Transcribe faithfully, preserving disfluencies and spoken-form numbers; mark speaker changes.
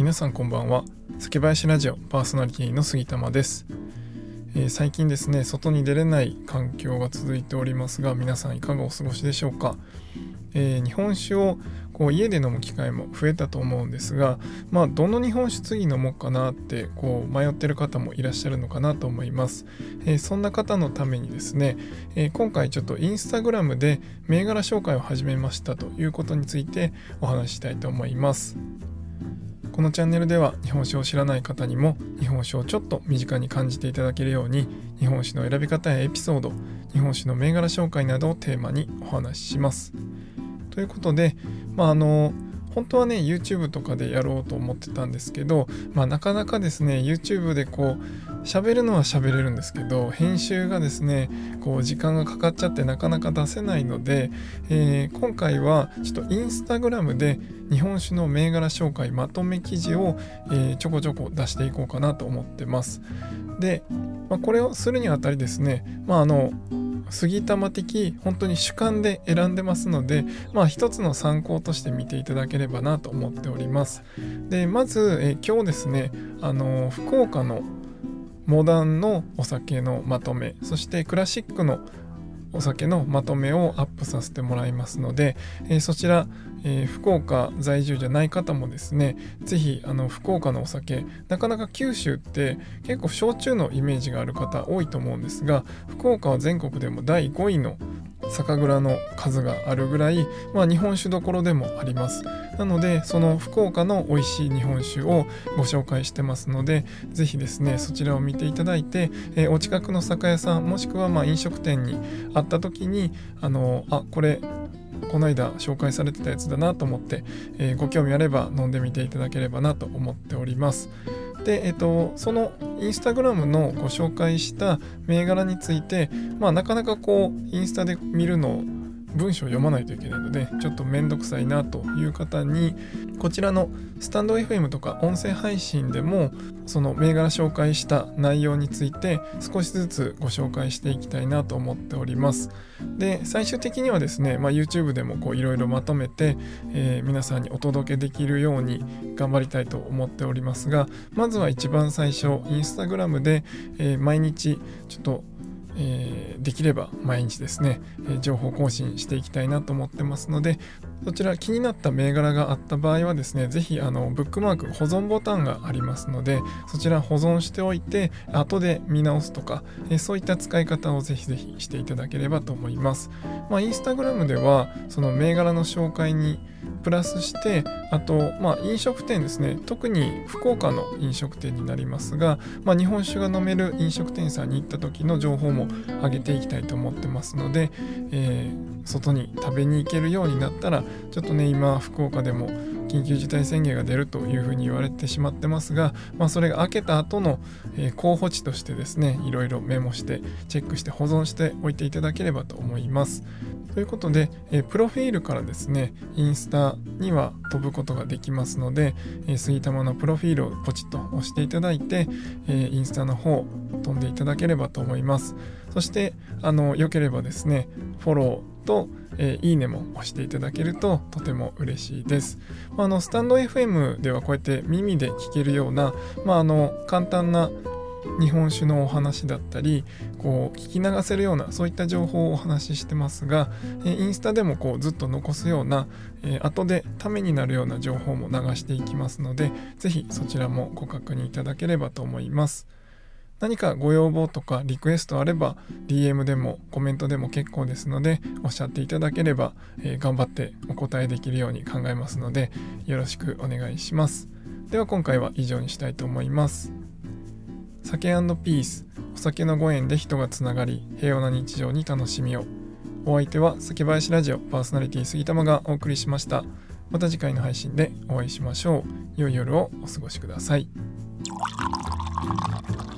Speaker 1: 皆さんこんばんは。酒林ラジオパーソナリティの杉玉です。えー、最近ですね外に出れない環境が続いておりますが、皆さんいかがお過ごしでしょうか。えー、日本酒をこう家で飲む機会も増えたと思うんですが、まあどの日本酒次飲もうかなってこう迷ってる方もいらっしゃるのかなと思います。えー、そんな方のためにですね、えー、今回ちょっとインスタグラムで銘柄紹介を始めましたということについてお話ししたいと思います。このチャンネルでは日本酒を知らない方にも日本酒をちょっと身近に感じていただけるように、日本酒の選び方やエピソード、日本酒の銘柄紹介などをテーマにお話しします。ということで、まああの本当はね YouTube とかでやろうと思ってたんですけど、まあなかなかですね YouTube でこう喋るのは喋れるんですけど、編集がですねこう時間がかかっちゃってなかなか出せないので、えー、今回はちょっとインスタグラムで日本酒の銘柄紹介まとめ記事を、えー、ちょこちょこ出していこうかなと思ってます。で、まあ、これをするにあたりですね、まああの杉玉的本当に主観で選んでますので、まあ一つの参考として見ていただければなと思っております。で、まずえ今日ですね、あの福岡のモダンのお酒のまとめ、そしてクラシックのお酒のまとめをアップさせてもらいますので、えー、そちら、えー、福岡在住じゃない方もですね、ぜひあの福岡のお酒、なかなか九州って結構焼酎のイメージがある方多いと思うんですが、福岡は全国でもだいごいの酒蔵の数があるぐらい、まあ、日本酒どころでもあります。なのでその福岡の美味しい日本酒をご紹介してますので、ぜひですねそちらを見ていただいて、えー、お近くの酒屋さんもしくはまあ飲食店にあった時にあのあこれこの間紹介されてたやつだなと思って、えー、ご興味あれば飲んでみていただければなと思っております。で、えっと、そのインスタグラムのご紹介した銘柄について、まあなかなかこうインスタで見るのを文章を読まないといけないのでちょっとめんどくさいなという方に、こちらのスタンド エフエム とか音声配信でもその銘柄紹介した内容について少しずつご紹介していきたいなと思っております。で、最終的にはですね、まあ、YouTube でもこういろいろまとめて、えー、皆さんにお届けできるように頑張りたいと思っておりますが、まずは一番最初インスタグラムで、えー、毎日ちょっとえー、できれば毎日ですね、えー、情報更新していきたいなと思ってますので、そちら気になった銘柄があった場合はですね、ぜひあのブックマーク保存ボタンがありますので、そちら保存しておいて後で見直すとか、えー、そういった使い方をぜひぜひしていただければと思います。まあ、インスタグラムではその銘柄の紹介にプラスして、あと、まあ、飲食店ですね、特に福岡の飲食店になりますが、まあ、日本酒が飲める飲食店さんに行った時の情報も上げていきたいと思ってますので、えー、外に食べに行けるようになったら、ちょっとね今福岡でも緊急事態宣言が出るというふうに言われてしまってますが、まあ、それが明けた後の、えー、候補地としてですね、いろいろメモしてチェックして保存しておいていただければと思います。ということで、えー、プロフィールからですねインスタには飛ぶことができますので、えー、杉玉のプロフィールをポチッと押していただいて、えー、インスタの方飛んでいただければと思います。そしてあのよければですねフォローと、えー、いいねも押していただけるととても嬉しいです。まあ、あのスタンド エフエム ではこうやって耳で聞けるような、まあ、あの簡単な日本酒のお話だったり、こう聞き流せるようなそういった情報をお話ししてますが、えインスタでもこうずっと残すような、えー、後でためになるような情報も流していきますので、ぜひそちらもご確認いただければと思います。何かご要望とかリクエストあれば ディーエム でもコメントでも結構ですので、おっしゃっていただければ、えー、頑張ってお答えできるように考えますので、よろしくお願いします。では今回は以上にしたいと思います。酒&ピース、お酒のご縁で人がつながり、平和な日常に楽しみを。お相手は酒林ラジオパーソナリティ杉玉がお送りしました。また次回の配信でお会いしましょう。良い夜をお過ごしください。